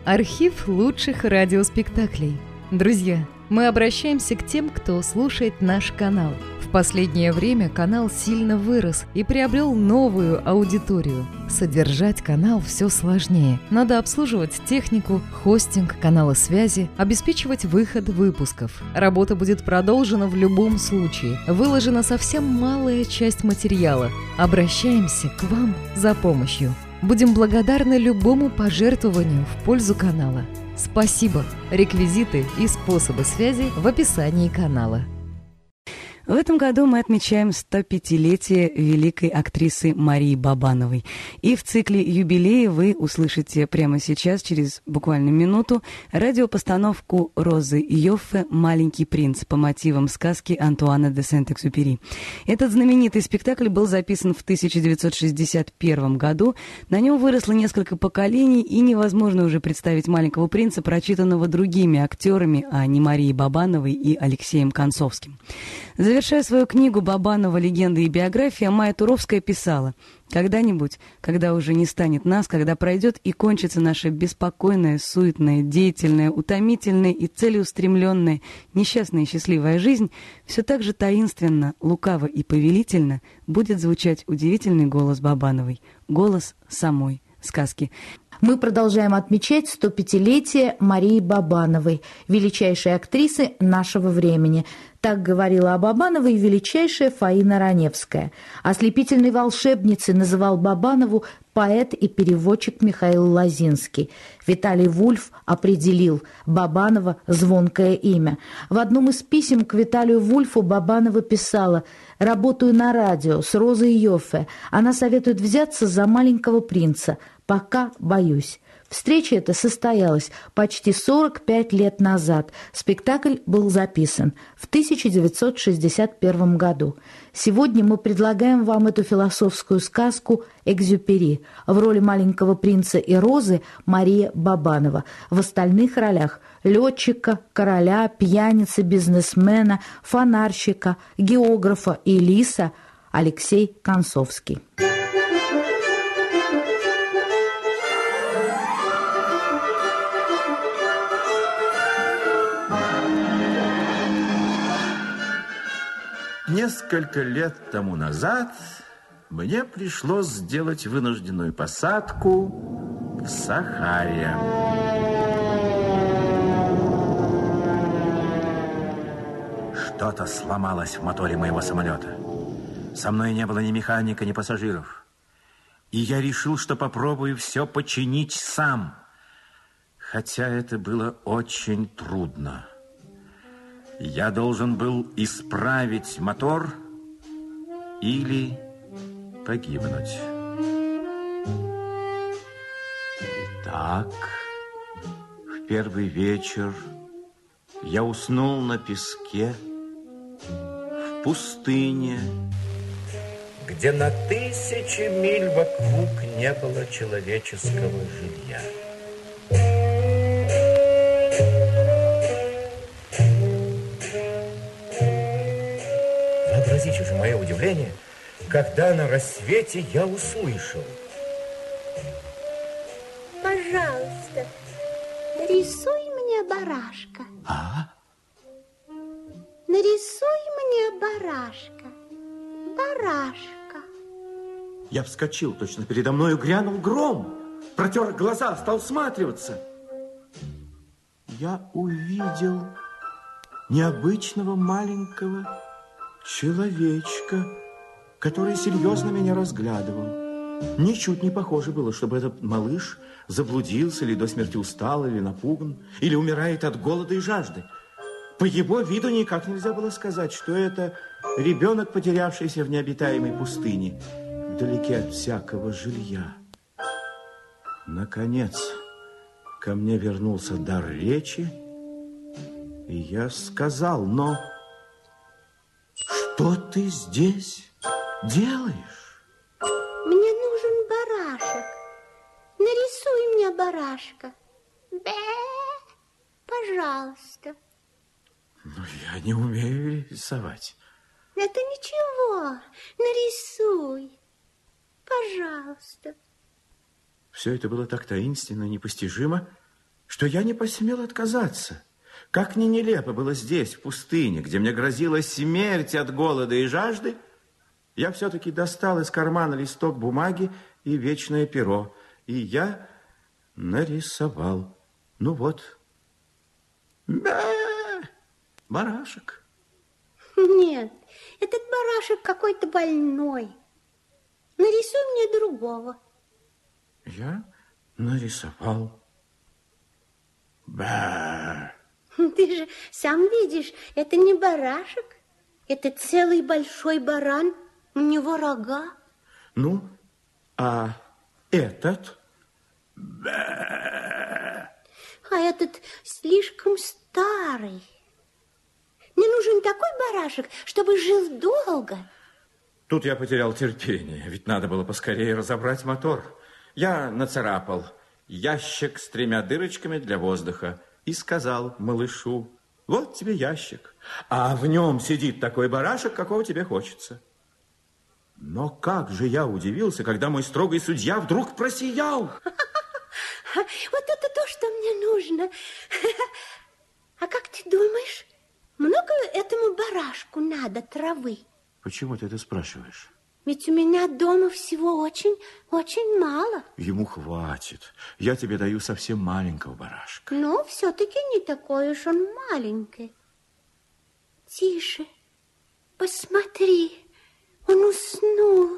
Архив лучших радиоспектаклей. Друзья, мы обращаемся к тем, кто слушает наш канал. В последнее время канал сильно вырос и приобрел новую аудиторию. Содержать канал все сложнее. Надо обслуживать технику, хостинг, каналы связи, обеспечивать выход выпусков. Работа будет продолжена в любом случае. Выложена совсем малая часть материала. Обращаемся к вам за помощью. Будем благодарны любому пожертвованию в пользу канала. Спасибо! Реквизиты и способы связи в описании канала. В этом году мы отмечаем 105-летие великой актрисы Марии Бабановой. И в цикле юбилея вы услышите прямо сейчас, через буквально минуту, радиопостановку Розы Йоффе «Маленький принц» по мотивам сказки Антуана де Сент-Экзюпери. Этот знаменитый спектакль был записан в 1961 году. На нем выросло несколько поколений, и невозможно уже представить «Маленького принца», прочитанного другими актерами, а не Марией Бабановой и Алексеем Концовским. Завершая свою книгу «Бабанова. Легенда и биография», Майя Туровская писала: «Когда-нибудь, когда уже не станет нас, когда пройдет и кончится наша беспокойная, суетная, деятельная, утомительная и целеустремленная, несчастная и счастливая жизнь, все так же таинственно, лукаво и повелительно будет звучать удивительный голос Бабановой, голос самой сказки». Мы продолжаем отмечать 105-летие Марии Бабановой, величайшей актрисы нашего времени. Так говорила о Бабановой величайшая Фаина Раневская. Ослепительной волшебницей называл Бабанову поэт и переводчик Михаил Лозинский. Виталий Вульф определил: Бабанова – звонкое имя. В одном из писем к Виталию Вульфу Бабанова писала: «Работаю на радио с Розой Йоффе. Она советует взяться за «Маленького принца». Пока боюсь». Встреча эта состоялась почти 45 лет назад. Спектакль был записан в 1961 году. Сегодня мы предлагаем вам эту философскую сказку «Экзюпери». В роли «Маленького принца» и Розы Мария Бабанова. В остальных ролях – летчика, короля, пьяницы, бизнесмена, фонарщика, географа и лиса – Алексей Концовский. Несколько лет тому назад мне пришлось сделать вынужденную посадку в Сахаре. Что-то сломалось в моторе моего самолета. Со мной не было ни механика, ни пассажиров. И я решил, что попробую все починить сам. Хотя это было очень трудно. Я должен был исправить мотор или погибнуть. Итак, в первый вечер я уснул на песке в пустыне, где на 1000 миль вокруг не было человеческого жилья. Вообразите же мое удивление, когда на рассвете я услышал: «Пожалуйста, нарисуй мне барашка». А? Нарисуй мне барашка, барашка. Я вскочил, точно передо мною грянул гром, протер глаза, стал всматриваться. Я увидел необычного маленького человечка, который серьезно меня разглядывал. Ничуть не похоже было, чтобы этот малыш заблудился или до смерти устал, или напуган, или умирает от голода и жажды. По его виду никак нельзя было сказать, что это ребенок, потерявшийся в необитаемой пустыне, вдалеке от всякого жилья. Наконец, ко мне вернулся дар речи, и я сказал: «Но что ты здесь делаешь?» Мне нужен барашек. Нарисуй мне барашка. Бе, пожалуйста. Но я не умею рисовать. Это ничего. Нарисуй. Пожалуйста. Все это было так таинственно и непостижимо, что я не посмел отказаться. Как ни нелепо было здесь, в пустыне, где мне грозила смерть от голода и жажды, я все-таки достал из кармана листок бумаги и вечное перо, и я нарисовал. Ну вот, барашек. Нет, этот барашек какой-то больной. Нарисуй мне другого. Я нарисовал. Ты же сам видишь, это не барашек. Это целый большой баран. У него рога. Ну, а этот? А этот слишком старый. Мне нужен такой барашек, чтобы жил долго. Тут я потерял терпение, ведь надо было поскорее разобрать мотор. Я нацарапал ящик с 3 дырочками для воздуха и сказал малышу: вот тебе ящик, а в нем сидит такой барашек, какого тебе хочется. Но как же я удивился, когда мой строгий судья вдруг просиял. Вот это то, что мне нужно. А как ты думаешь, много этому барашку надо травы? Почему ты это спрашиваешь? Ведь у меня дома всего очень мало. Ему хватит. Я тебе даю совсем маленького барашка. Но все-таки не такой уж он маленький. Тише, посмотри, он уснул.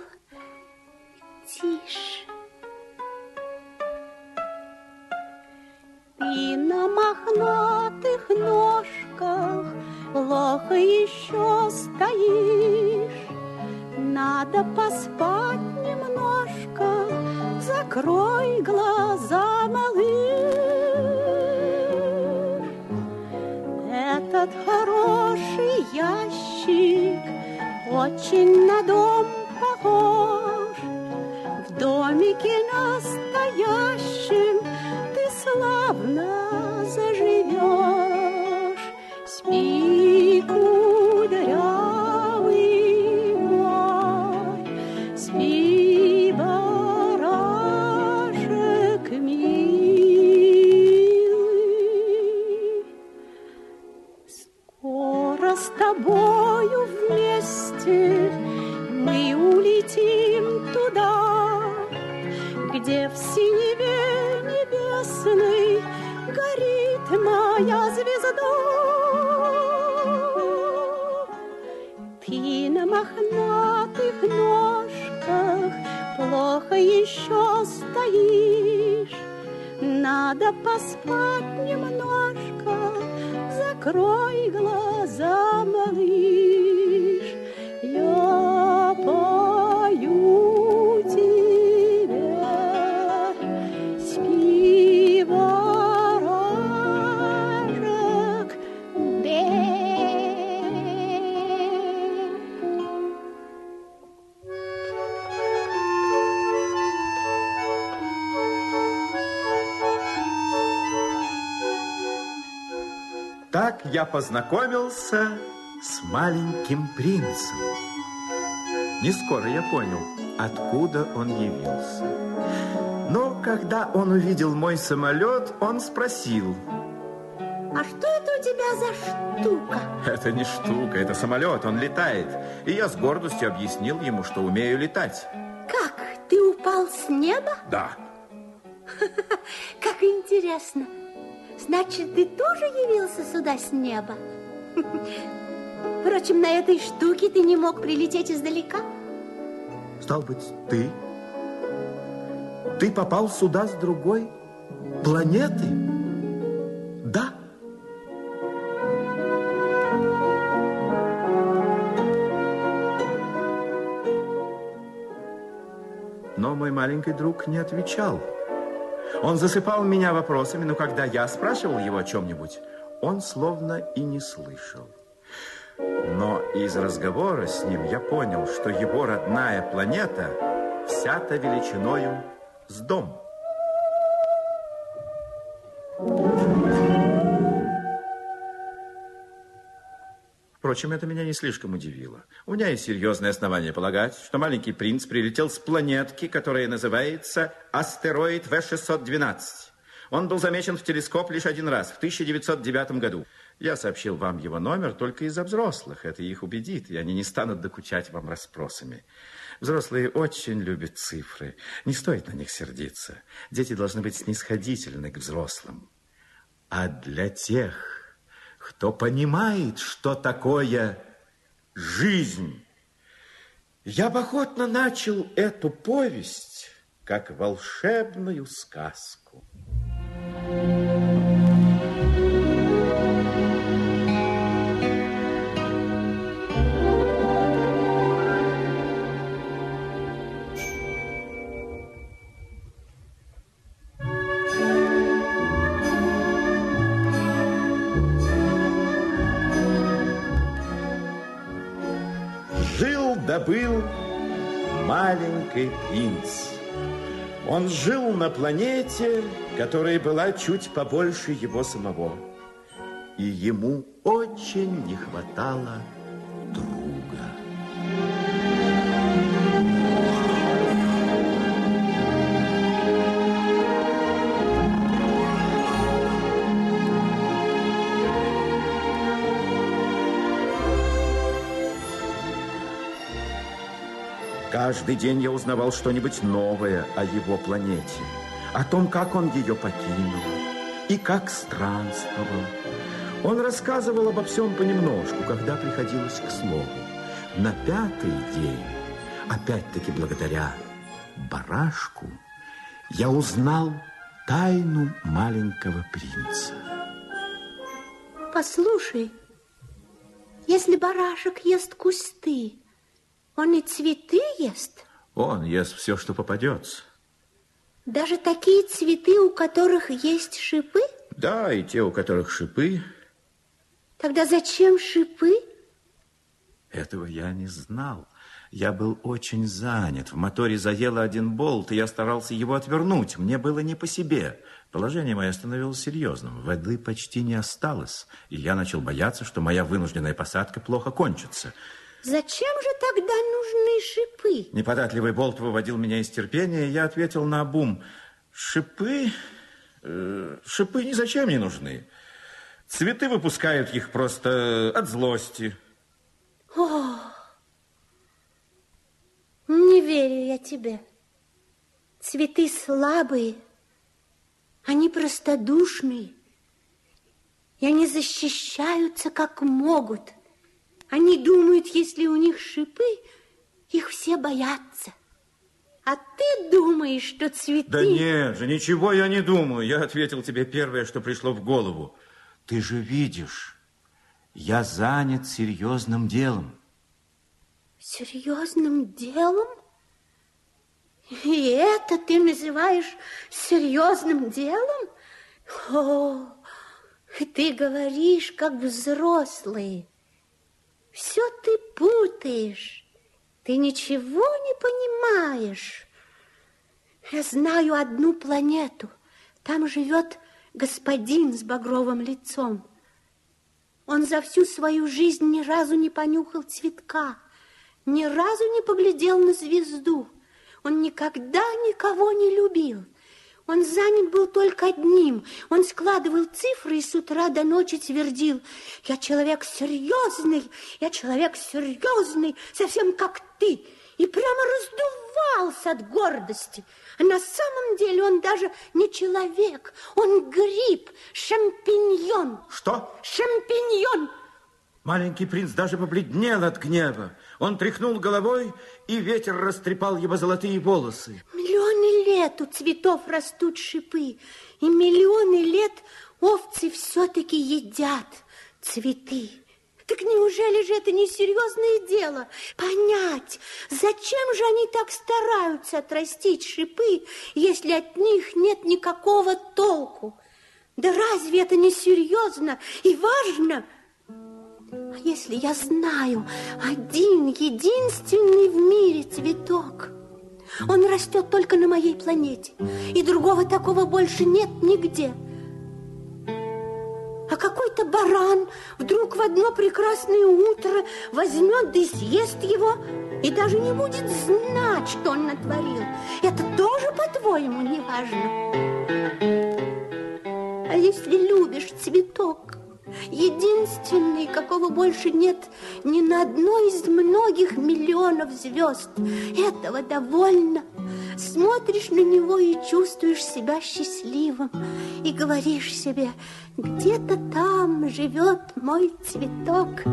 Тише. Ты на мохнатых ножках плохо еще стоишь. Надо поспать немножко, закрой глаза, малыш. Этот хороший ящик очень на дом похож. В домике настоящем ты славно заживешь. Спи, кудрявый мой, спи, барашек милый. Скоро с тобою вместе мы улетим туда, где в синеве небесной горит моя звезда. Ты на мохнатых ножках плохо еще стоишь. Надо поспать немножко, закрой глаза, малыш. Я пою тебе, спи, барашек, Так я познакомился с маленьким принцем. Не скоро я понял, откуда он явился. Но когда он увидел мой самолет, он спросил: А что это у тебя за штука? это не штука, это самолет, он летает. И я с гордостью объяснил ему, что умею летать. Как? Ты упал с неба? Да. Как интересно. Значит, ты тоже явился сюда с неба? Впрочем, на этой штуке ты не мог прилететь издалека. Стал быть, ты? Ты попал сюда с другой планеты? Да. Но мой маленький друг не отвечал. Он засыпал меня вопросами, но когда я спрашивал его о чем-нибудь, он словно и не слышал. Но из разговора с ним я понял, что его родная планета вся-то величиною с дом. Впрочем, это меня не слишком удивило. У меня есть серьезное основание полагать, что маленький принц прилетел с планетки, которая называется астероид В-612. Он был замечен в телескоп лишь один раз, в 1909 году. Я сообщил вам его номер только из-за взрослых. Это их убедит, и они не станут докучать вам расспросами. Взрослые очень любят цифры. Не стоит на них сердиться. Дети должны быть снисходительны к взрослым. А для тех, кто понимает, что такое жизнь, я бы охотно начал эту повесть как волшебную сказку. Да был маленький принц. Он жил на планете, которая была чуть побольше его самого. И ему очень не хватало друга. Каждый день я узнавал что-нибудь новое о его планете, о том, как он ее покинул и как странствовал. Он рассказывал обо всем понемножку, когда приходилось к слову. На 5-й день, опять-таки благодаря барашку, я узнал тайну маленького принца. Послушай, если барашек ест кусты, он и цветы ест? Он ест все, что попадется. Даже такие цветы, у которых есть шипы? Да, и те, у которых шипы. Тогда зачем шипы? Этого я не знал. Я был очень занят. В моторе заело один болт, и я старался его отвернуть. Мне было не по себе. Положение мое становилось серьезным. Воды почти не осталось, и я начал бояться, что моя вынужденная посадка плохо кончится. Зачем же тогда нужны шипы? Неподатливый болт выводил меня из терпения, и я ответил наобум: шипы ни зачем не нужны. Цветы выпускают их просто от злости. О, не верю я тебе. Цветы слабые, они простодушные, и они защищаются как могут. Они думают, если у них шипы, их все боятся. А ты думаешь, что цветы... Да нет же, ничего я не думаю. Я ответил тебе первое, что пришло в голову. Ты же видишь, я занят серьезным делом. Серьезным делом? И это ты называешь серьезным делом? О, ты говоришь, как взрослый. Все ты путаешь, ты ничего не понимаешь. Я знаю одну планету, там живет господин с багровым лицом. Он за всю свою жизнь ни разу не понюхал цветка, ни разу не поглядел на звезду. Он никогда никого не любил. Он занят был только одним. Он складывал цифры и с утра до ночи твердил: я человек серьезный, совсем как ты. И прямо раздувался от гордости. А на самом деле он даже не человек, он гриб, шампиньон. Что? Шампиньон. Маленький принц даже побледнел от гнева. Он тряхнул головой, и ветер растрепал его золотые волосы. Миллионы лет у цветов растут шипы, и миллионы лет овцы все-таки едят цветы. Так неужели же это не серьезное дело? Понять, зачем же они так стараются отрастить шипы, если от них нет никакого толку? Да разве это не серьезно и важно? А если я знаю один единственный в мире цветок? Он растет только на моей планете, и другого такого больше нет нигде. А какой-то баран вдруг в одно прекрасное утро возьмет да и съест его, и даже не будет знать, что он натворил. Это тоже, по-твоему, не важно? если любишь цветок, единственный, какого больше нет ни на одной из многих миллионов звезд, этого довольно. Смотришь на него и чувствуешь себя счастливым, и говоришь себе: где-то там живет мой цветок.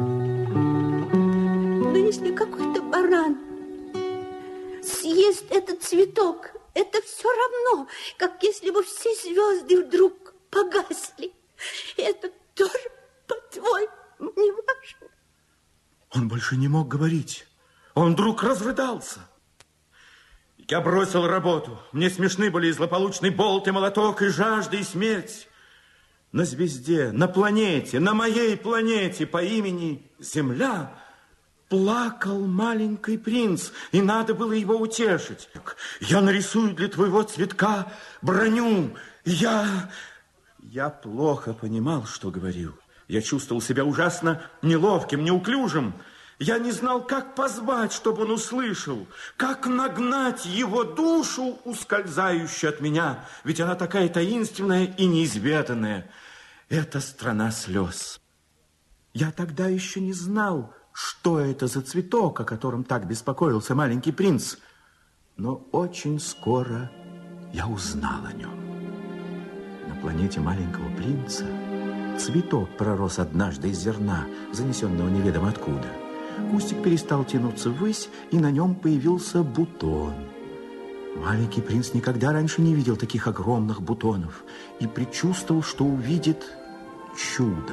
Но если какой-то баран съест этот цветок, это все равно, как если бы все звезды вдруг погасли. Это тоже, по-твоему, не важно. Он больше не мог говорить. Он вдруг разрыдался. Я бросил работу. Мне смешны были и злополучный болт, и молоток, и жажда, и смерть. На звезде, на планете, на моей планете по имени Земля плакал маленький принц, и надо было его утешить. Я нарисую для твоего цветка броню. Я плохо понимал, что говорил. Я чувствовал себя ужасно неловким, неуклюжим. Я не знал, как позвать, чтобы он услышал, как нагнать его душу, ускользающую от меня, ведь она такая таинственная и неизведанная. Это страна слез. Я тогда еще не знал, что это за цветок, о котором так беспокоился маленький принц, но очень скоро я узнал о нем. На планете маленького принца цветок пророс однажды из зерна, занесенного неведомо откуда. Кустик перестал тянуться ввысь, и на нем появился бутон. Маленький принц никогда раньше не видел таких огромных бутонов и предчувствовал, что увидит чудо.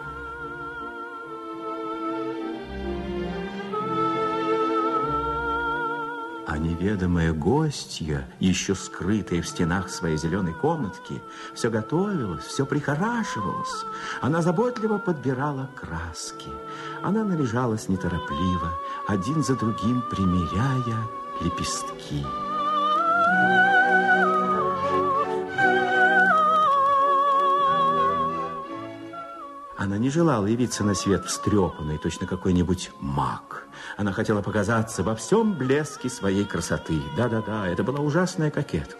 А неведомая гостья, еще скрытая в стенах своей зеленой комнатки, все готовилась, все прихорашивалась. Она заботливо подбирала краски. Она наряжалась неторопливо, один за другим примеряя лепестки. Она не желала явиться на свет встрепанной, точно какой-нибудь маг. Она хотела показаться во всем блеске своей красоты. Да-да-да, это была ужасная кокетка.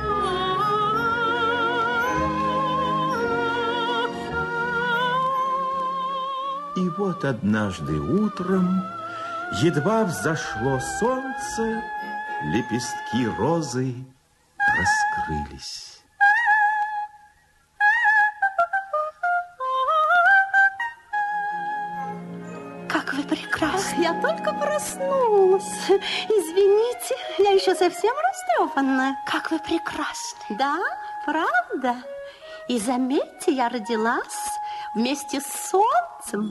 И вот однажды утром, едва взошло солнце, лепестки розы раскрылись. Прекрасно. Я только проснулась. Извините, я еще совсем растрепанная. Как вы прекрасны. Да, правда. И заметьте, я родилась вместе с солнцем.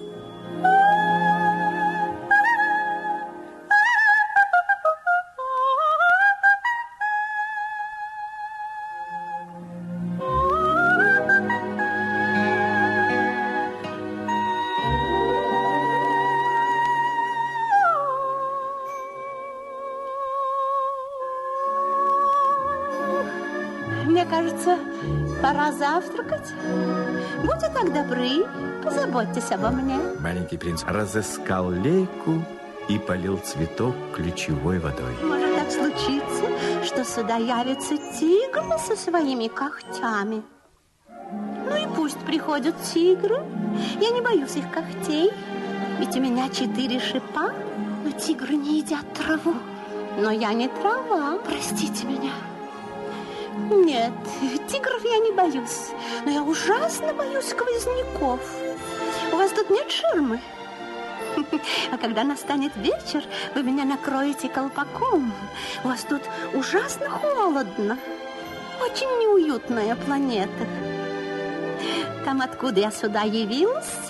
Мне кажется, пора завтракать. Будьте так добры, позаботьтесь обо мне. Маленький принц разыскал лейку и полил цветок ключевой водой. Может так случиться, что сюда явится тигр со своими когтями. Ну и пусть приходят тигры. Я не боюсь их когтей, ведь у меня 4 шипа. Но тигры не едят траву. Но я не трава. Простите меня. Нет, тигров я не боюсь, но я ужасно боюсь сквозняков. У вас тут нет ширмы? А когда настанет вечер, вы меня накроете колпаком. У вас тут ужасно холодно. Очень неуютная планета. Там, откуда я сюда явилась?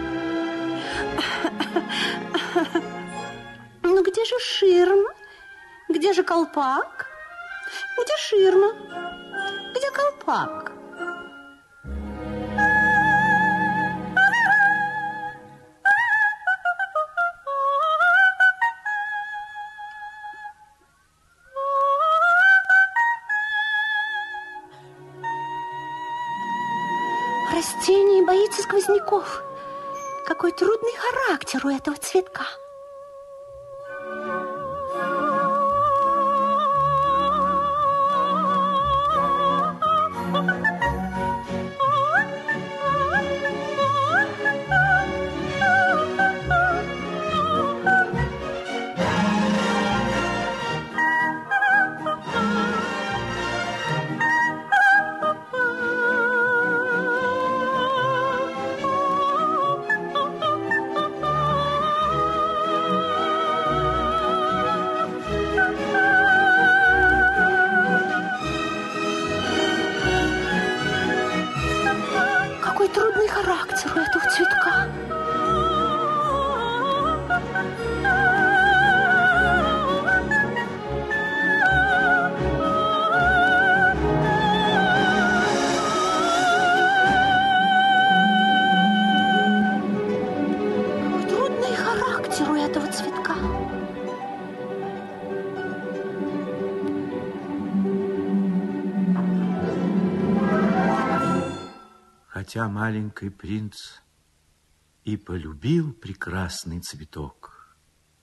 Ну, где же ширма? Где же колпак? Где ширма? Где колпак? Растение боится сквозняков. Какой трудный характер у этого цветка. трудный характер у этого цветка. Трудный характер у этого цветка. Хотя маленький принц и полюбил прекрасный цветок,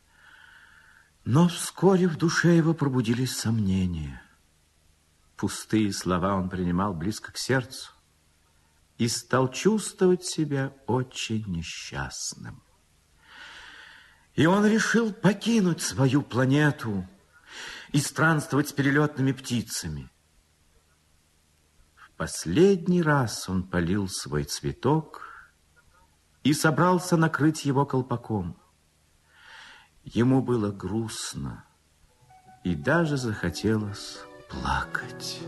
но вскоре в душе его пробудились сомнения. Пустые слова он принимал близко к сердцу и стал чувствовать себя очень несчастным. И он решил покинуть свою планету и странствовать с перелетными птицами. Последний раз он полил свой цветок и собрался накрыть его колпаком. Ему было грустно и даже захотелось плакать.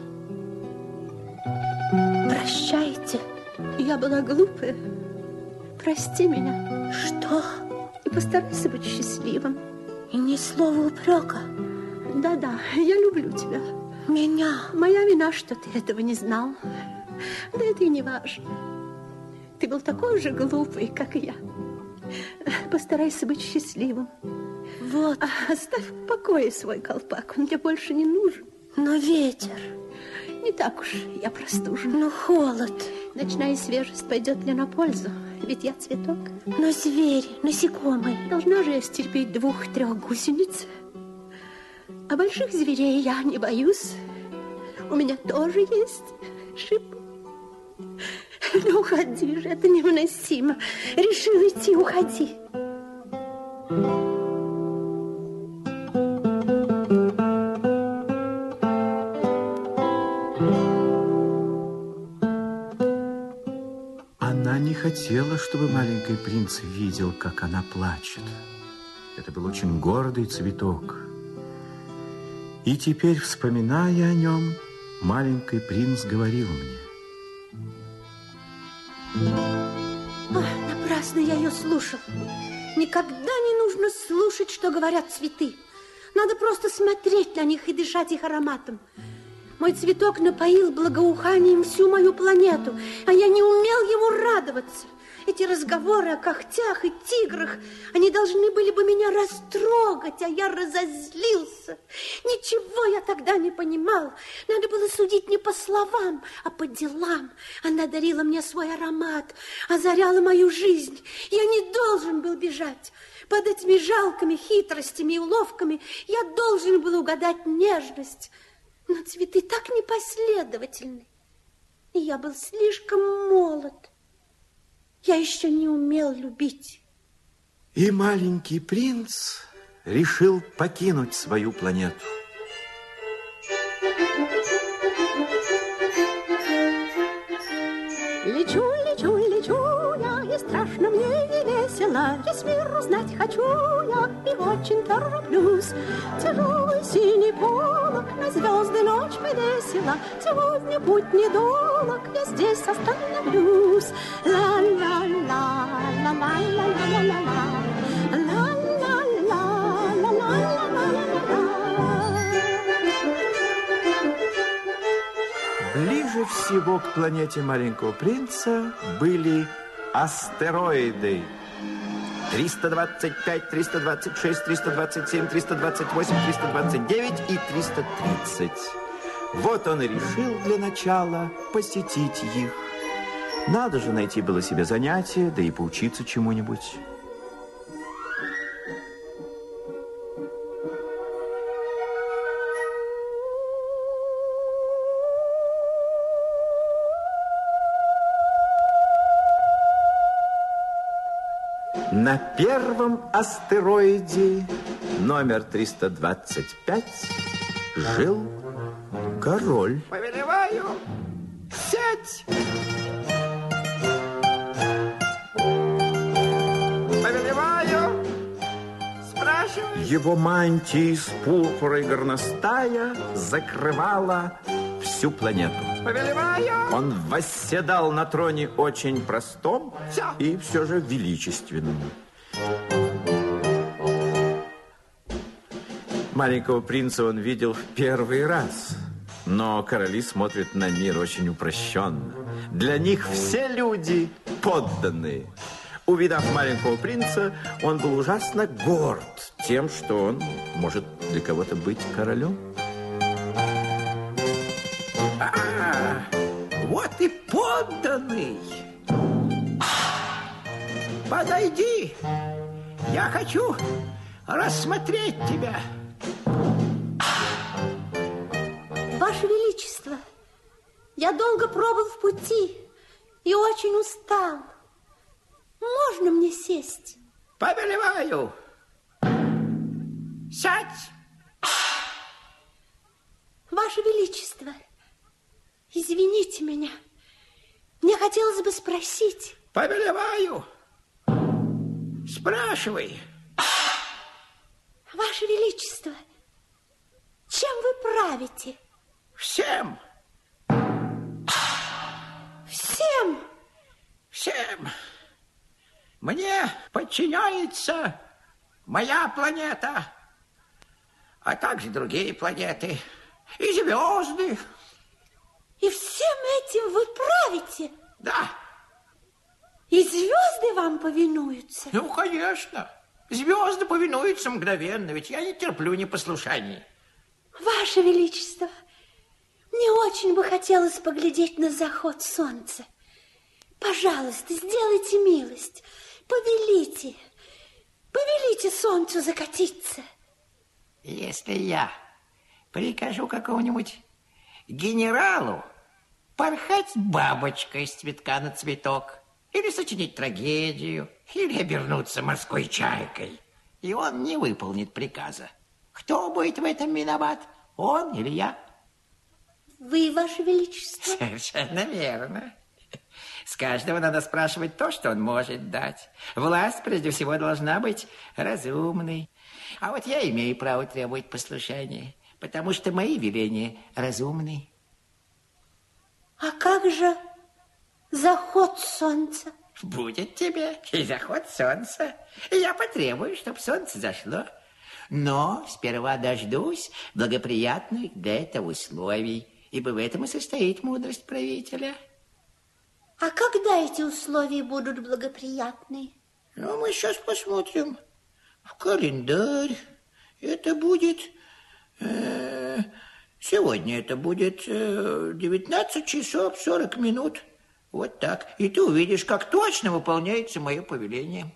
Прощайте, я была глупая. Прости меня. Что? И постарайся быть счастливым. И ни слова упрека. Да-да, я люблю тебя. Меня? Моя вина, что ты этого не знал. Да это и не важно. Ты был такой же глупый, как и я. Постарайся быть счастливым. Вот. Оставь в покое свой колпак, он тебе больше не нужен. Но ветер. Не так уж я простужен. Но холод. Ночная свежесть пойдет мне на пользу, ведь я цветок. Но звери, насекомые. Должна же я стерпеть 2-3 гусениц. А больших зверей я не боюсь. У меня тоже есть шип. Ну, уходи же, это невыносимо. Решил идти, уходи. Она не хотела, чтобы маленький принц видел, как она плачет. Это был очень гордый цветок. И теперь, вспоминая о нем, маленький принц говорил мне: напрасно я ее слушал. Никогда не нужно слушать, что говорят цветы. Надо просто смотреть на них и дышать их ароматом. Мой цветок напоил благоуханием всю мою планету, а я не умел ему радоваться. Эти разговоры о когтях и тиграх, они должны были бы меня растрогать, а я разозлился. Ничего я тогда не понимал. Надо было судить не по словам, а по делам. Она дарила мне свой аромат, озаряла мою жизнь. Я не должен был бежать. Под этими жалкими хитростями и уловками я должен был угадать нежность. Но цветы так непоследовательны. И я был слишком молод. Я еще не умел любить. И маленький принц решил покинуть свою планету. Лечу, лечу, лечу я, и страшно мне и весело. Весь мир узнать хочу я, и очень тороплюсь. Тяжелый синий полог, на звезды ночь повесила. Сегодня путь недолог, я здесь остановлюсь. Ла-ла-ла, ла-ла-ла-ла-ла-ла. Ближе всего к планете маленького принца были астероиды. 325, 326, 327, 328, 329 и 330. Вот он и решил для начала посетить их. Надо же найти было себе занятие, да и поучиться чему-нибудь. На первом астероиде номер 325 жил король. Повелеваю, сядь! Повелеваю, спрашивай. Его мантия из пурпура и горностая закрывала всю планету. Повелеваю. Он восседал на троне очень простом и все же величественном. Маленького принца он видел в первый раз, но короли смотрят на мир очень упрощенно. Для них все люди подданные. Увидав маленького принца, он был ужасно горд тем, что он может для кого-то быть королем. Вот и подданный. Подойди. Я хочу рассмотреть тебя. Ваше Величество, я долго пробыл в пути и очень устал. Можно мне сесть? Повелеваю. Сядь. Ваше Величество, извините меня. Мне хотелось бы спросить. Повелеваю. Спрашивай. Ваше Величество, чем вы правите? Всем. Всем? Всем. Мне подчиняется моя планета, а также другие планеты и звезды. И всем этим вы правите? Да. И звезды вам повинуются? Ну, конечно. Звезды повинуются мгновенно, ведь я не терплю непослушаний. Ваше Величество, мне очень бы хотелось поглядеть на заход солнца. Пожалуйста, сделайте милость. Повелите солнцу закатиться. Если я прикажу какому-нибудь генералу порхать бабочкой с цветка на цветок, или сочинить трагедию, или обернуться морской чайкой, и он не выполнит приказа, кто будет в этом виноват, он или я? Вы, Ваше Величество. Совершенно верно. С каждого надо спрашивать то, что он может дать. Власть, прежде всего, должна быть разумной. А вот я имею право требовать послушания, потому что мои веления разумны. А как же заход солнца? Будет тебе и заход солнца. Я потребую, чтобы солнце зашло. Но сперва дождусь благоприятных для этого условий, ибо в этом и состоит мудрость правителя. А когда эти условия будут благоприятны? Ну, мы сейчас посмотрим в календарь. Это будет... сегодня это будет 19 часов 40 минут. Вот так. И ты увидишь, как точно выполняется мое повеление.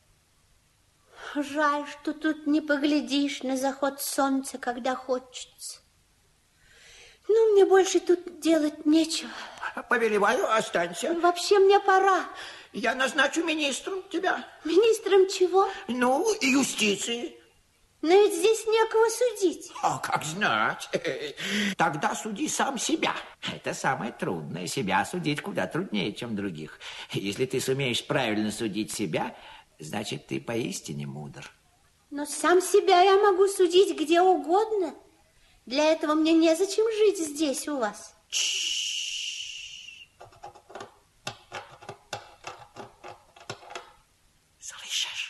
Жаль, что тут не поглядишь на заход солнца, когда хочется. Ну, мне больше тут делать нечего. Повелеваю, останься. Вообще мне пора. Я назначу министром тебя. Министром чего? Ну, юстиции. Но ведь здесь некого судить. А как знать? Тогда суди сам себя. Это самое трудное. Себя судить куда труднее, чем других. Если ты сумеешь правильно судить себя, значит, ты поистине мудр. Но сам себя я могу судить где угодно. Для этого мне незачем жить здесь у вас. Слышишь?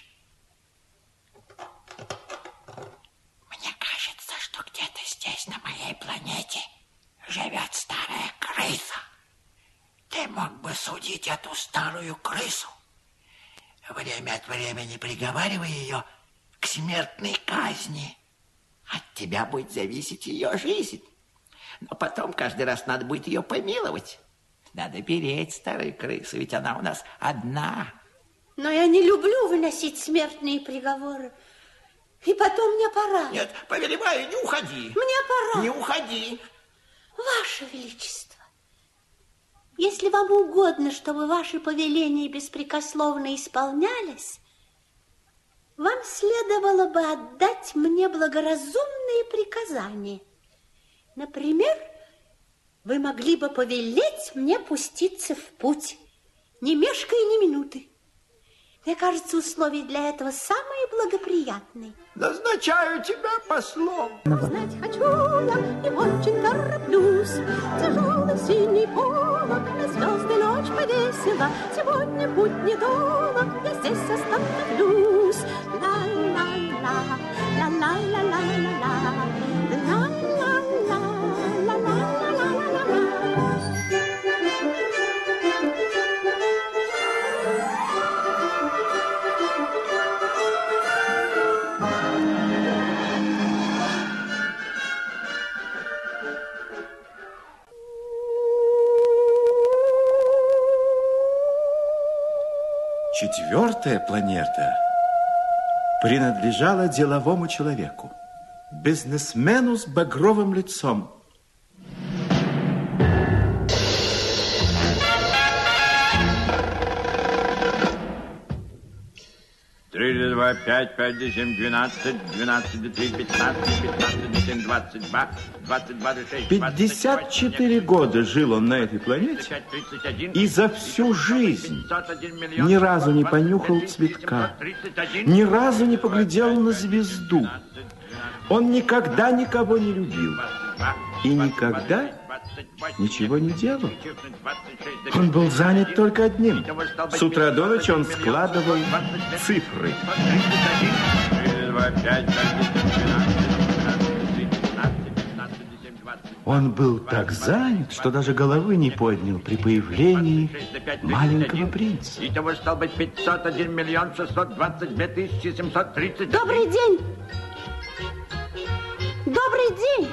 Мне кажется, что где-то здесь, на моей планете, живет старая крыса. Ты мог бы судить эту старую крысу. Время от времени приговаривай ее к смертной казни. От тебя будет зависеть ее жизнь. Но потом каждый раз надо будет ее помиловать. Надо беречь старую крысу, ведь она у нас одна. Но я не люблю выносить смертные приговоры. И потом мне пора. Нет, повелеваю, не уходи. Мне пора. Не уходи. Ваше Величество, если вам угодно, чтобы ваши повеления беспрекословно исполнялись, вам следовало бы отдать мне благоразумные приказания. Например, вы могли бы повелеть мне пуститься в путь, не мешкая ни минуты. Мне кажется, условия для этого самые благоприятные. Назначаю тебя послом. Знать хочу я и очень тороплюсь. Тяжелый синий полог на звезды ночь повесила. Сегодня путь недолог, я здесь остановлюсь. Ла-ла-ла, ла-ла-ла-ла-ла-ла, ла-ла-ла-ла-ла-ла-ла-ла. 4-я планета принадлежала деловому человеку, бизнесмену с багровым лицом. Три, 2, 5, 5, 7, 12, 12, 3, 15, 15, 7, 22, 22, 6, 54 года жил он на этой планете, и за всю жизнь ни разу не понюхал цветка, ни разу не поглядел на звезду. Он никогда никого не любил и никогда ничего не делал. Он был занят только одним. С утра до ночи он складывал цифры. Он был так занят, что даже головы не поднял при появлении маленького принца. Итого стало быть 501 миллион 622 тысячи 730. Добрый день! Добрый день!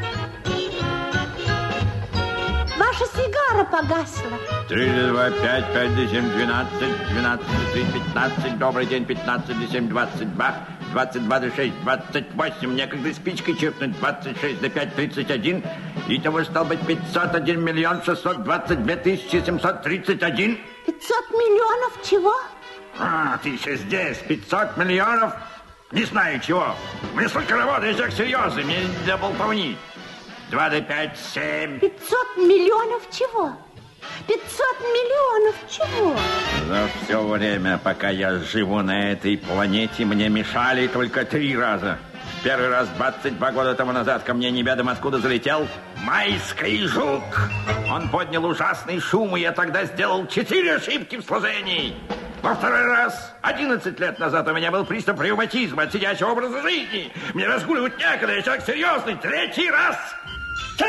Ваша сигара погасла. 3, 2, 5, 5, 7, 12, 12, 3, 15. Добрый день, 15, 7, 22, 22, 6, 28. Некогда спичкой чиркнуть. 26, 5, 31. Итого стало быть 501 миллион 622 тысячи 731. 500 миллионов чего? А, ты еще здесь. 500 миллионов? Не знаю чего. Мне столько работы, я человек серьезный. Мне не для болтовни. 2 до 5, 7. 500 миллионов чего? 500 миллионов чего? За все время, пока я живу на этой планете, мне мешали только 3 раза. Первый раз 22 года тому назад ко мне неведомо откуда залетел майский жук. Он поднял ужасный шум, и я тогда сделал 4 ошибки в сложении. Во второй раз, 11 лет назад, у меня был приступ ревматизма от сидячего образа жизни. Мне разгуливать некогда, я человек серьезный. 3-й раз. 3!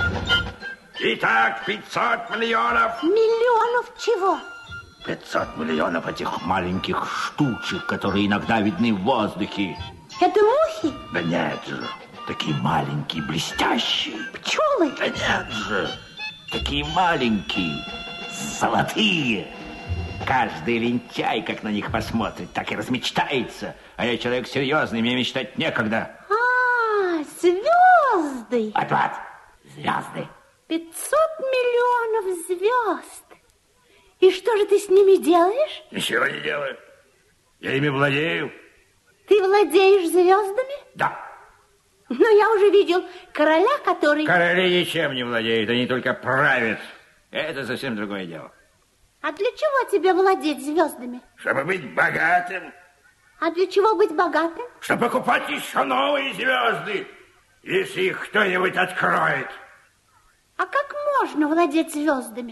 Итак, 500 миллионов. Миллионов чего? 500 миллионов этих маленьких штучек, которые иногда видны в воздухе. Это мухи? Да нет же, такие маленькие, блестящие. Пчелы? Да нет же, такие маленькие, золотые. Каждый лентяй, как на них посмотрит, так и размечтается. А я человек серьезный, мне мечтать некогда. А, звезды. Вот, звезды. 500 миллионов звезд. И что же ты с ними делаешь? Ничего не делаю. Я ими владею. Ты владеешь звездами? Да. Но я уже видел короля, который... Короли ничем не владеют, они только правят. Это совсем другое дело. А для чего тебе владеть звездами? Чтобы быть богатым. А для чего быть богатым? Чтобы покупать еще новые звезды, если их кто-нибудь откроет. А как можно владеть звездами?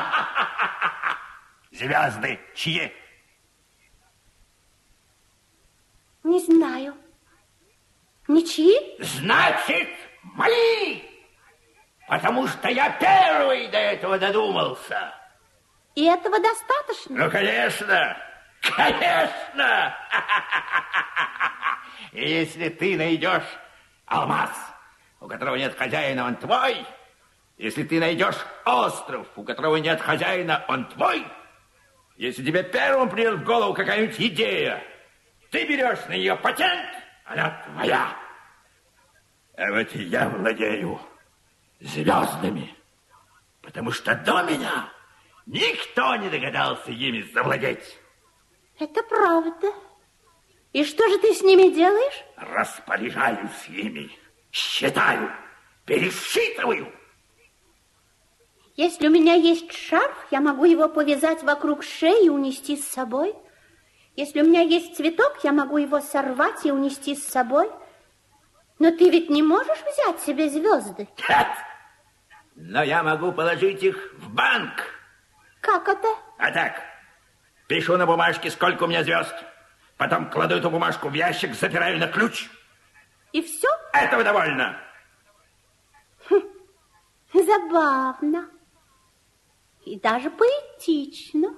Звезды чьи? Не знаю. Ничьи? Значит, мои! Потому что я первый до этого додумался. И этого достаточно? Ну, конечно! Конечно! И если ты найдешь алмаз, у которого нет хозяина, он твой. Если ты найдешь остров, у которого нет хозяина, он твой. Если тебе первым придет в голову какая-нибудь идея, ты берешь на нее патент, она твоя. А вот и я владею звездами, потому что до меня никто не догадался ими завладеть. Это правда. И что же ты с ними делаешь? Распоряжаюсь ими, считаю, пересчитываю. Если у меня есть шарф, я могу его повязать вокруг шеи и унести с собой. Если у меня есть цветок, я могу его сорвать и унести с собой. Но ты ведь не можешь взять себе звезды? Нет, но я могу положить их в банк. Как это? А так, пишу на бумажке, сколько у меня звезд. Потом кладу эту бумажку в ящик, запираю на ключ. И все? Этого довольно. Забавно. И даже поэтично.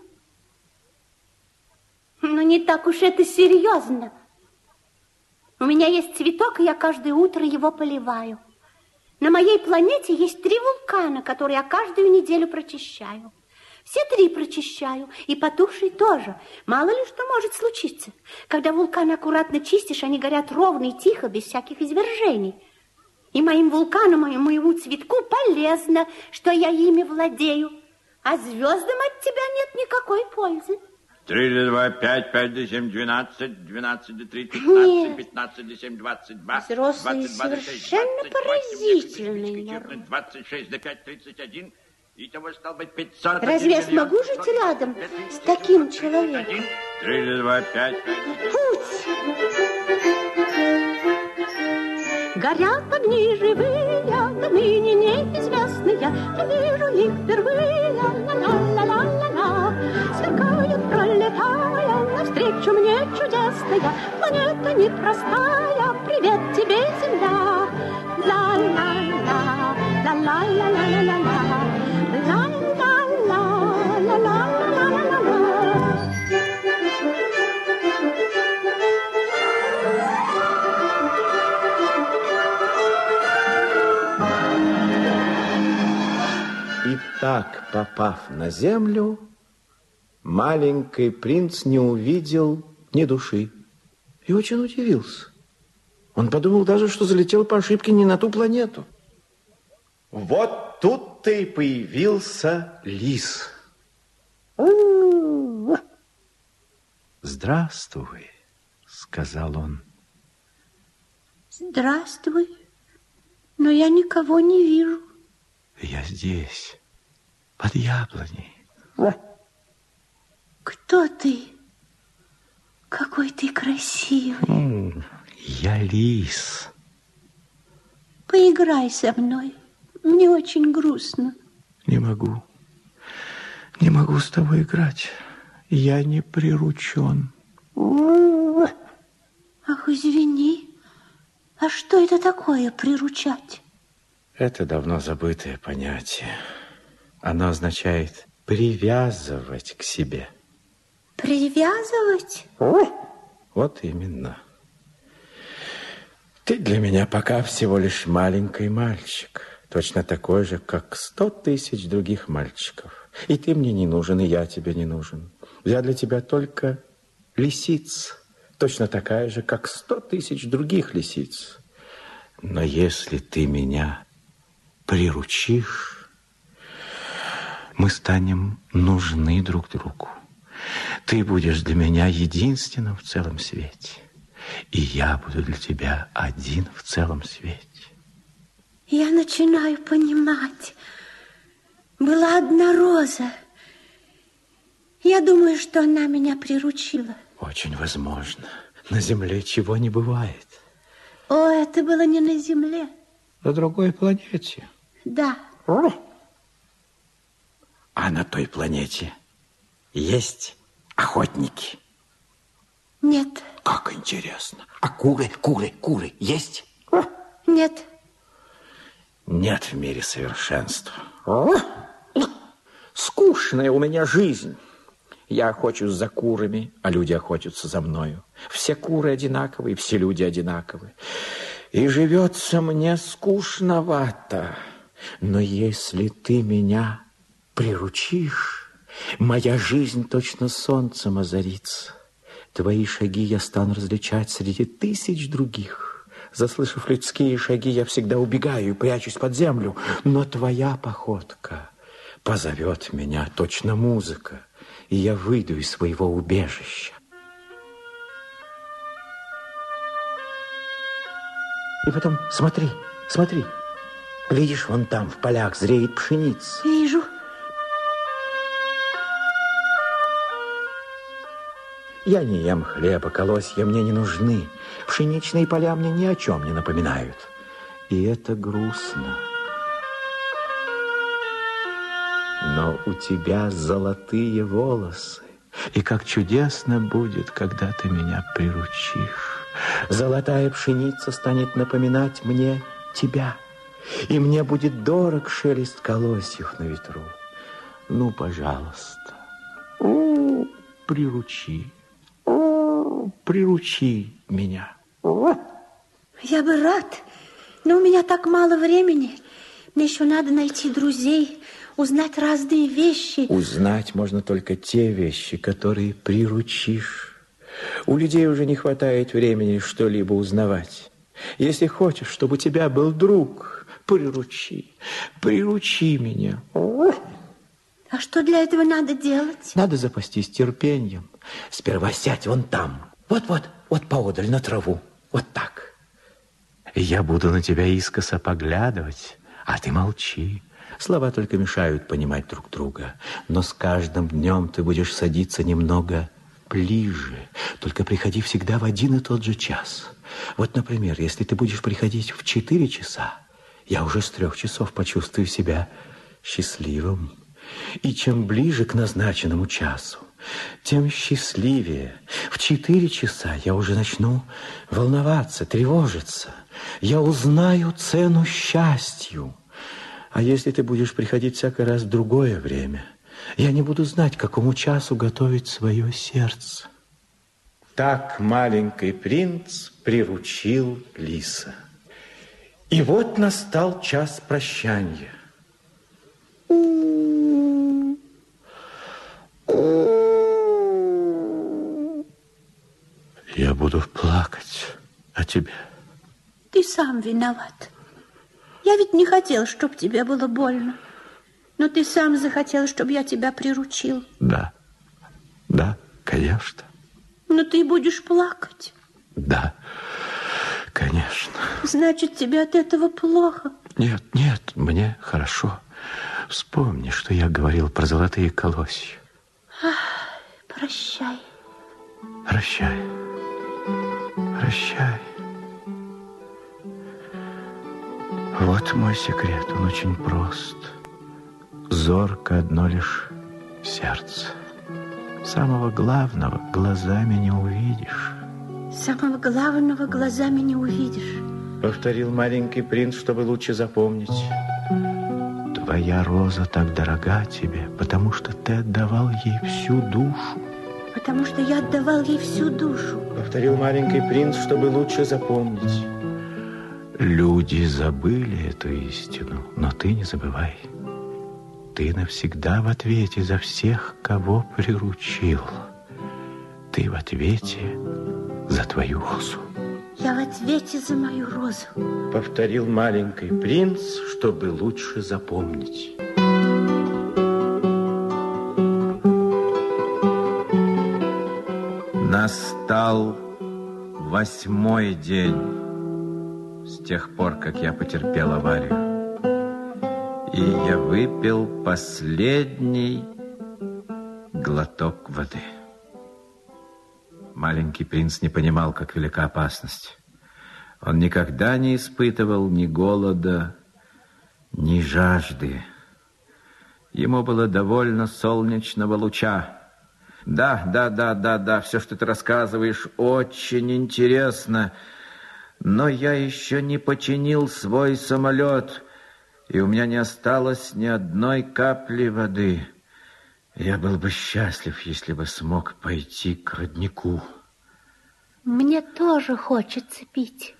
Но не так уж это серьезно. У меня есть цветок, и я каждое утро его поливаю. На моей планете есть 3 вулкана, которые я каждую неделю прочищаю. Все 3 прочищаю, и потухший тоже. Мало ли что может случиться. Когда вулканы аккуратно чистишь, они горят ровно и тихо, без всяких извержений. И моим вулканам, и моему цветку полезно, что я ими владею. А звездам от тебя нет никакой пользы. 3 до 2, 5, 5 до 7, 12, 12 до 3, 15, 15 до 7, 22, взрослые 22 до 6, совершенно 28, поразительный 14, 26 до 5, 31. Итого стало быть 500. Разве я смогу жить рядом с таким человеком? 3 до 2, 5, 5. Путь! Горят огни живые, да ныне неизвестные. Я вижу их впервые, ла-ла-ла-ла-ла-ла. Сверкают, пролетая, навстречу мне чудесная. Планета непростая, привет тебе, Земля. Ла-ла-ла, ла-ла-ла-ла-ла-ла. И так, попав на землю, маленький принц не увидел ни души и очень удивился. Он подумал даже, что залетел по ошибке не на ту планету. Вот тут-то и появился лис. «Здравствуй», — сказал он. Здравствуй, но я никого не вижу. «Я здесь, под яблоней». Кто ты? Какой ты красивый. Я лис. Поиграй со мной. Мне очень грустно. Не могу. Не могу с тобой играть. Я не приручен. Ах, извини. А что это такое, приручать? Это давно забытое понятие. Оно означает привязывать к себе. Привязывать? Вот именно. Ты для меня пока всего лишь маленький мальчик. Точно такой же, как 100 тысяч других мальчиков. И ты мне не нужен, и я тебе не нужен. Я для тебя только лисица. Точно такая же, как 100 тысяч других лисиц. Но если ты меня приручишь, мы станем нужны друг другу. Ты будешь для меня единственным в целом свете. И я буду для тебя один в целом свете. Я начинаю понимать. Была одна роза. Я думаю, что она меня приручила. Очень возможно. На земле чего не бывает. О, это было не на земле. На другой планете. Да. А на той планете есть охотники? Нет. Как интересно. А куры есть? Нет. Нет в мире совершенства. Скучная у меня жизнь. Я охочусь за курами, а люди охотятся за мною. Все куры одинаковые, все люди одинаковые. И живется мне скучновато. Но если ты меня приручишь, моя жизнь точно солнцем озарится. Твои шаги я стану различать среди тысяч других. Заслышав людские шаги, я всегда убегаю и прячусь под землю. Но твоя походка позовет меня, точно музыка, и я выйду из своего убежища. И потом, смотри. Видишь, вон там, в полях, зреет пшеница. Вижу. Я не ем хлеба, колосья мне не нужны. Пшеничные поля мне ни о чем не напоминают. И это грустно. Но у тебя золотые волосы. И как чудесно будет, когда ты меня приручишь. Золотая пшеница станет напоминать мне тебя. И мне будет дорог шелест колосьев на ветру. Ну, пожалуйста, приручи меня. Я бы рад, но у меня так мало времени. Мне еще надо найти друзей, узнать разные вещи. Узнать можно только те вещи, которые приручишь. У людей уже не хватает времени что-либо узнавать. Если хочешь, чтобы у тебя был друг, приручи меня. А что для этого надо делать? Надо запастись терпением. Сперва сядь вон там. Вот поодаль на траву. Вот так. Я буду на тебя искоса поглядывать, а ты молчи. Слова только мешают понимать друг друга. Но с каждым днем ты будешь садиться немного ближе. Только приходи всегда в один и тот же час. Вот, например, если ты будешь приходить в 4 часа, я уже с 3 часов почувствую себя счастливым. И чем ближе к назначенному часу, тем счастливее. В 4 часа я уже начну волноваться, тревожиться. Я узнаю цену счастью. А если ты будешь приходить всякий раз в другое время, я не буду знать, к какому часу готовить свое сердце. Так маленький принц приручил лиса. И вот настал час прощания. Я буду плакать о тебе. Ты сам виноват. Я ведь не хотел, чтобы тебе было больно. Но ты сам захотел, чтобы я тебя приручил. Да, конечно. Но ты будешь плакать. Да, конечно. Значит, тебе от этого плохо? Нет, мне хорошо. Вспомни, что я говорил про золотые колосья. Прощай. Прощай. Вот мой секрет, он очень прост. Зорко одно лишь сердце. Самого главного глазами не увидишь. Самого главного глазами не увидишь. Повторил маленький принц, чтобы лучше запомнить. Твоя роза так дорога тебе, потому что ты отдавал ей всю душу. Потому что я отдавал ей всю душу. Повторил маленький принц, чтобы лучше запомнить. Люди забыли эту истину, но ты не забывай. Ты навсегда в ответе за всех, кого приручил. Ты в ответе за твою розу. Я в ответе за мою розу. Повторил маленький принц, чтобы лучше запомнить. Настал 8-й день с тех пор, как я потерпел аварию. И я выпил последний глоток воды. Маленький принц не понимал, как велика опасность. Он никогда не испытывал ни голода, ни жажды. Ему было довольно солнечного луча. Да, все, что ты рассказываешь, очень интересно. Но я еще не починил свой самолет, и у меня не осталось ни одной капли воды. Я был бы счастлив, если бы смог пойти к роднику. Мне тоже хочется пить.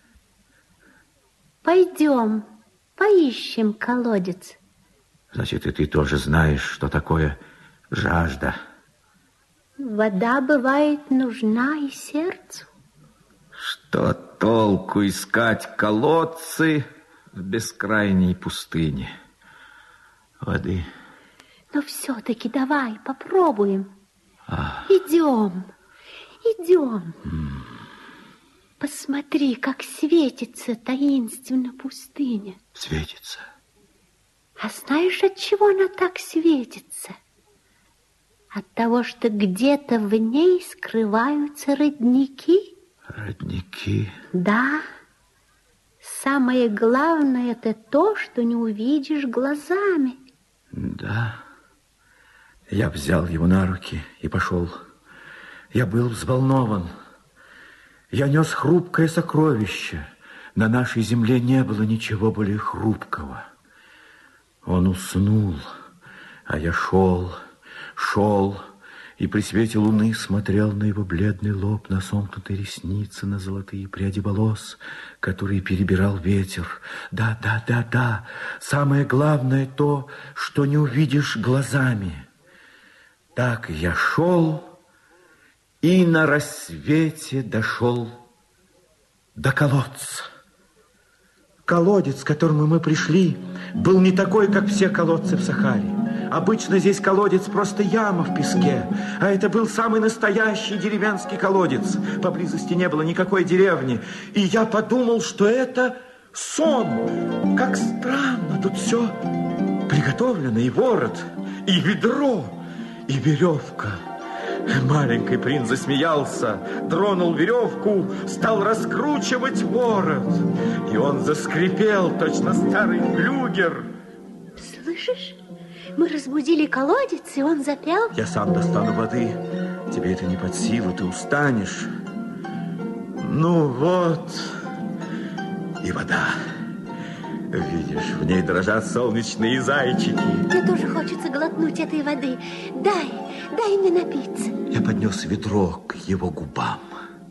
Пойдем, поищем колодец. Значит, и ты тоже знаешь, что такое жажда. Вода бывает нужна и сердцу. Что толку искать колодцы в бескрайней пустыне? Воды. Но все-таки давай попробуем. Идем. Посмотри, как светится таинственно пустыня. Светится. А знаешь, от чего она так светится? От того, что где-то в ней скрываются родники. Родники? Да. Самое главное — это то, что не увидишь глазами. Да. Я взял его на руки и пошел. Я был взволнован. Я нес хрупкое сокровище. На нашей земле не было ничего более хрупкого. Он уснул, а я шел и при свете луны смотрел на его бледный лоб, на сомкнутые ресницы, на золотые пряди волос, которые перебирал ветер. Да, самое главное то, что не увидишь глазами. Так я шел и на рассвете дошел до колодца. Колодец, к которому мы пришли, был не такой, как все колодцы в Сахаре. Обычно здесь колодец просто яма в песке, а это был самый настоящий деревенский колодец. Поблизости не было никакой деревни, и я подумал, что это сон. Как странно, тут все приготовлено, и ворот, и ведро, и веревка. Маленький принц засмеялся, тронул веревку, стал раскручивать ворот. И он заскрипел, точно старый флюгер. Слышишь? Мы разбудили колодец, и он запел. Я сам достану воды. Тебе это не под силу, ты устанешь. Ну вот, и вода. Видишь, в ней дрожат солнечные зайчики. Мне тоже хочется глотнуть этой воды. Дай мне напиться. Я поднес ведро к его губам.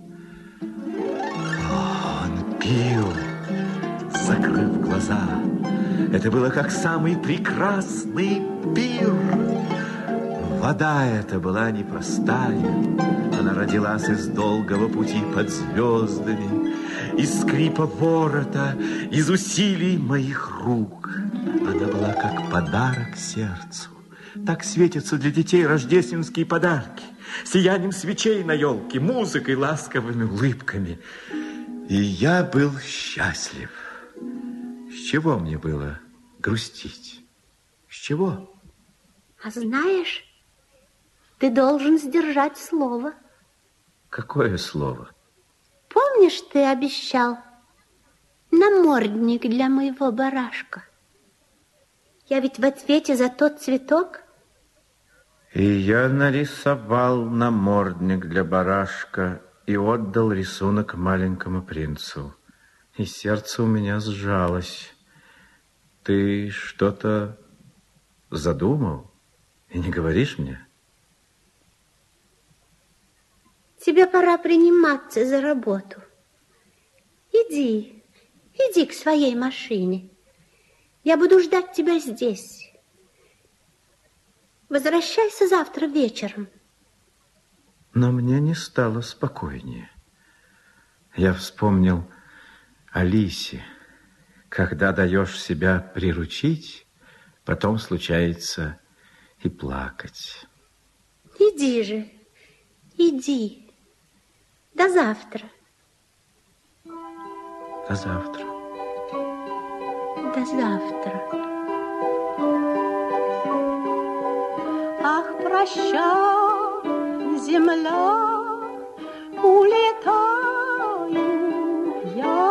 Он пил, закрыв глаза. Это было как самый прекрасный пир. Вода эта была непростая. Она родилась из долгого пути под звездами, из скрипа ворота, из усилий моих рук. Она была как подарок сердцу. Так светятся для детей рождественские подарки. Сиянием свечей на елке, музыкой, ласковыми улыбками. И я был счастлив. С чего мне было грустить? С чего? А знаешь, ты должен сдержать слово. Какое слово? Помнишь, ты обещал намордник для моего барашка? Я ведь в ответе за тот цветок. И я нарисовал намордник для барашка и отдал рисунок маленькому принцу. И сердце у меня сжалось. Ты что-то задумал и не говоришь мне? Тебе пора приниматься за работу. Иди к своей машине. Я буду ждать тебя здесь. Возвращайся завтра вечером. Но мне не стало спокойнее. Я вспомнил о лисе. Когда даешь себя приручить, потом случается и плакать. Иди же, иди. До завтра. До завтра. До завтра. Ах, прощай, земля, улетаю я,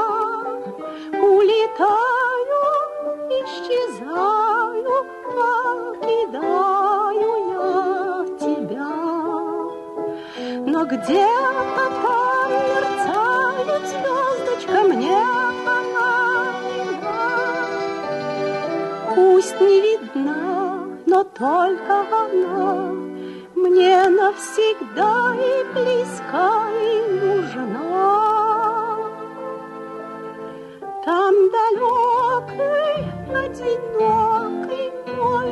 улетаю, исчезаю, покидаю я тебя. Но где-то там мерцает звездочка, мне она видна. Пусть не видна, но только она мне навсегда и близка, и нужна. Там далекий, одинокий мой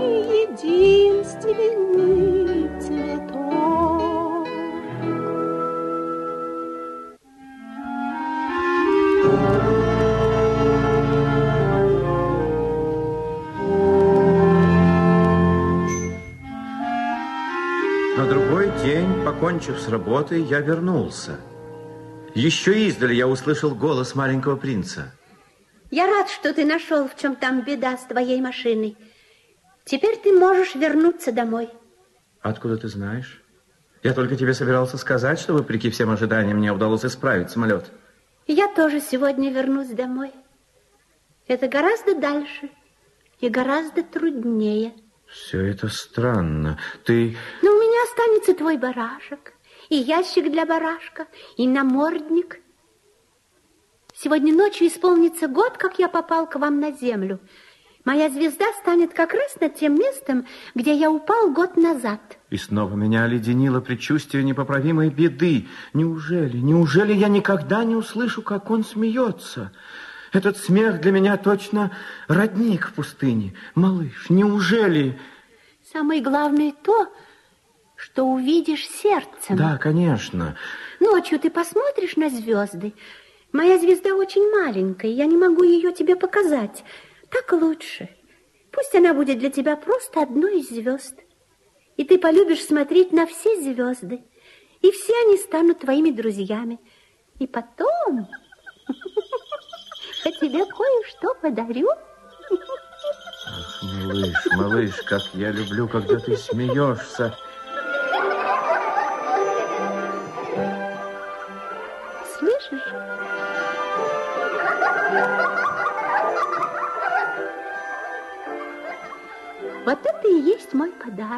единственный цветок. На другой день, покончив с работой, я вернулся. Еще издали я услышал голос маленького принца. Я рад, что ты нашел, в чем там беда с твоей машиной. Теперь ты можешь вернуться домой. Откуда ты знаешь? Я только тебе собирался сказать, что, вопреки всем ожиданиям, мне удалось исправить самолет. Я тоже сегодня вернусь домой. Это гораздо дальше и гораздо труднее. Все это странно. Ты... Но у меня останется твой барашек, и ящик для барашка, и намордник. Сегодня ночью исполнится год, как я попал к вам на землю. Моя звезда станет как раз над тем местом, где я упал год назад. И снова меня оледенило предчувствие непоправимой беды. Неужели я никогда не услышу, как он смеется? Этот смех для меня точно родник в пустыне. Малыш, неужели... Самое главное то, что увидишь сердцем. Да, конечно. Ночью ты посмотришь на звезды. Моя звезда очень маленькая, я не могу ее тебе показать. Так лучше. Пусть она будет для тебя просто одной из звезд. И ты полюбишь смотреть на все звезды. И все они станут твоими друзьями. И потом я тебе кое-что подарю. Ах, малыш, как я люблю, когда ты смеешься. Слышишь? Вот это и есть мой подарок.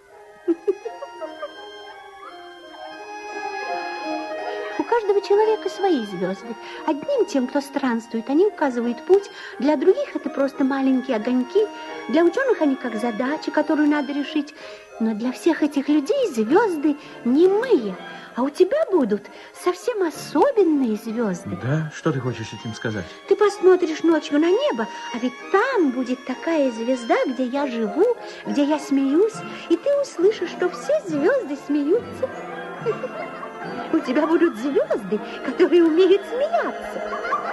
У каждого человека свои звезды. Одним тем, кто странствует, они указывают путь. Для других это просто маленькие огоньки. Для ученых они как задача, которую надо решить. Но для всех этих людей звезды немые. А у тебя будут совсем особенные звезды. Да? Что ты хочешь этим сказать? Ты посмотришь ночью на небо, а ведь там будет такая звезда, где я живу, где я смеюсь, и ты услышишь, что все звезды смеются. У тебя будут звезды, которые умеют смеяться.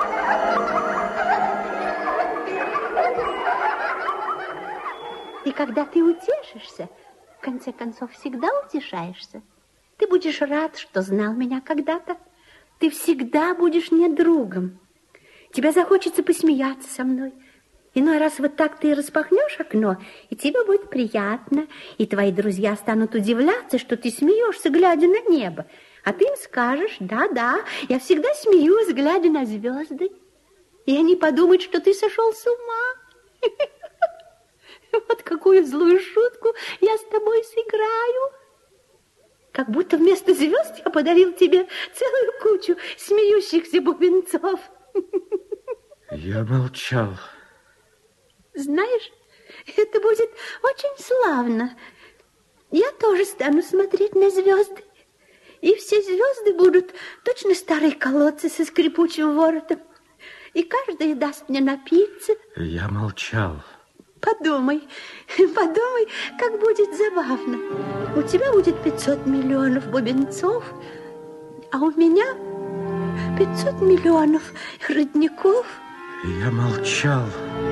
И когда ты утешишься, в конце концов, всегда утешаешься. Ты будешь рад, что знал меня когда-то. Ты всегда будешь мне другом. Тебе захочется посмеяться со мной. Иной раз вот так ты распахнешь окно, и тебе будет приятно, и твои друзья станут удивляться, что ты смеешься, глядя на небо. А ты им скажешь: да-да, я всегда смеюсь, глядя на звезды. И они подумают, что ты сошел с ума. Вот какую злую шутку я с тобой сыграю. Как будто вместо звезд я подарил тебе целую кучу смеющихся бубенцов. Я молчал. Знаешь, это будет очень славно. Я тоже стану смотреть на звезды. И все звезды будут точно старые колодцы со скрипучим воротом. И каждая даст мне напиться. Я молчал. Подумай, как будет забавно. У тебя будет 500 миллионов бубенцов, а у меня 500 миллионов родников. Я молчал.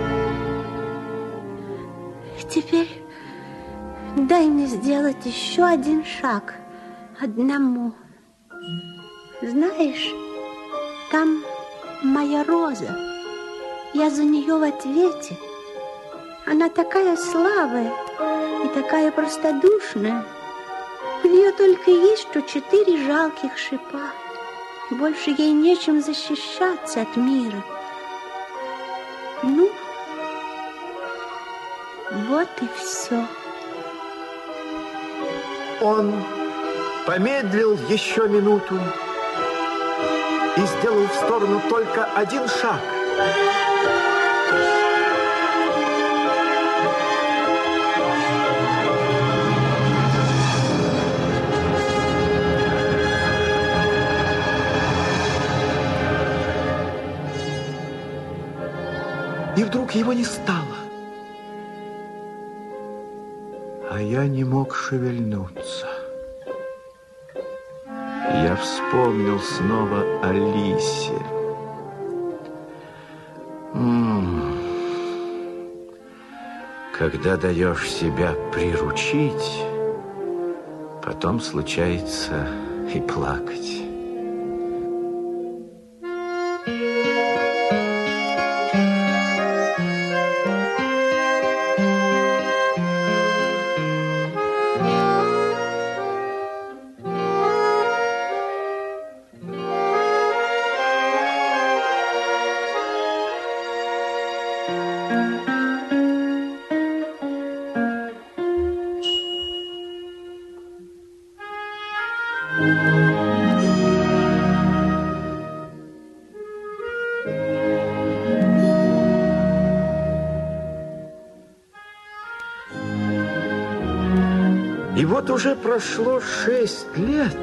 Теперь дай мне сделать еще один шаг одному. Знаешь, там моя роза. Я за нее в ответе. Она такая слабая и такая простодушная. У нее только есть что 4 жалких шипа. Больше ей нечем защищаться от мира. Ну, вот и все. Он помедлил еще минуту и сделал в сторону только один шаг. И вдруг его не стало. А я не мог шевельнуться. Я вспомнил снова о лисе. Когда даешь себя приручить, потом случается и плакать. И вот уже прошло 6 лет,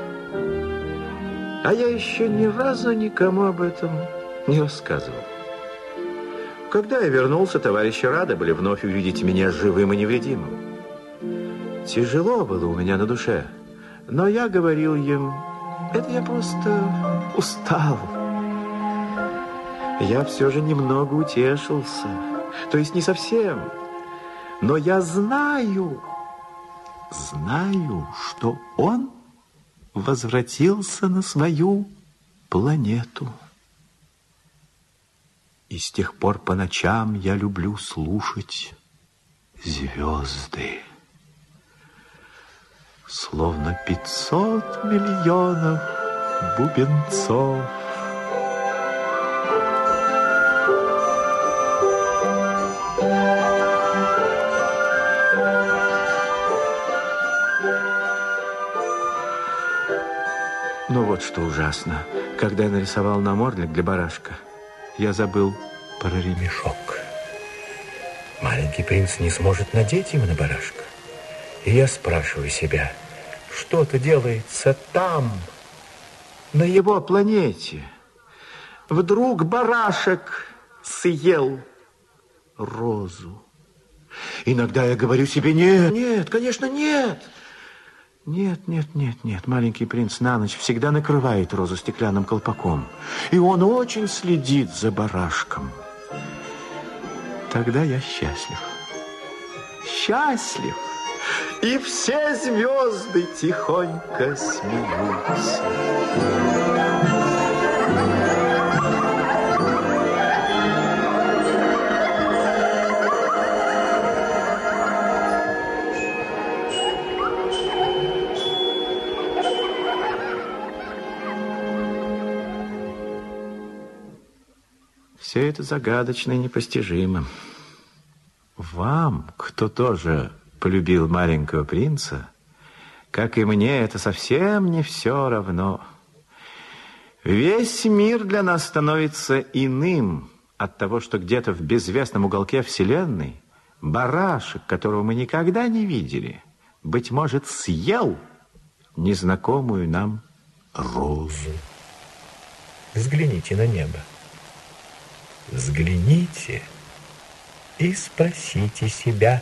а я еще ни разу никому об этом не рассказывал. Когда я вернулся, товарищи рады были вновь увидеть меня живым и невредимым. Тяжело было у меня на душе, но я говорил им, это я просто устал. Я все же немного утешился, то есть не совсем, но я знаю, что он возвратился на свою планету. И с тех пор по ночам я люблю слушать звезды. Словно 500 миллионов бубенцов. Но вот что ужасно. Когда я нарисовал намордник для барашка, я забыл про ремешок. Маленький принц не сможет надеть его на барашка. И я спрашиваю себя, что-то делается там, на его планете. Вдруг барашек съел розу. Иногда я говорю себе, нет, конечно, нет. Нет. Маленький принц на ночь всегда накрывает розу стеклянным колпаком. И он очень следит за барашком. Тогда я счастлив. Счастлив. И все звезды тихонько смеются. Все это загадочно и непостижимо. Вам, кто тоже полюбил маленького принца, как и мне, это совсем не все равно. Весь мир для нас становится иным от того, что где-то в безвестном уголке Вселенной барашек, которого мы никогда не видели, быть может, съел незнакомую нам розу. Взгляните на небо. Взгляните и спросите себя,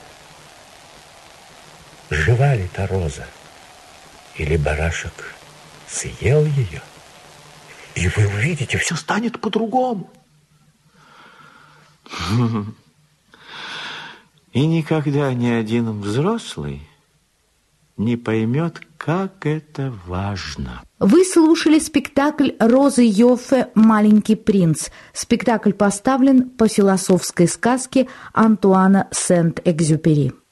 жива ли та роза, или барашек съел ее, и вы увидите, все станет по-другому. И никогда ни один взрослый не поймет, как это важно. Вы слушали спектакль Розы Йоффе «Маленький принц». Спектакль поставлен по философской сказке Антуана Сент-Экзюпери.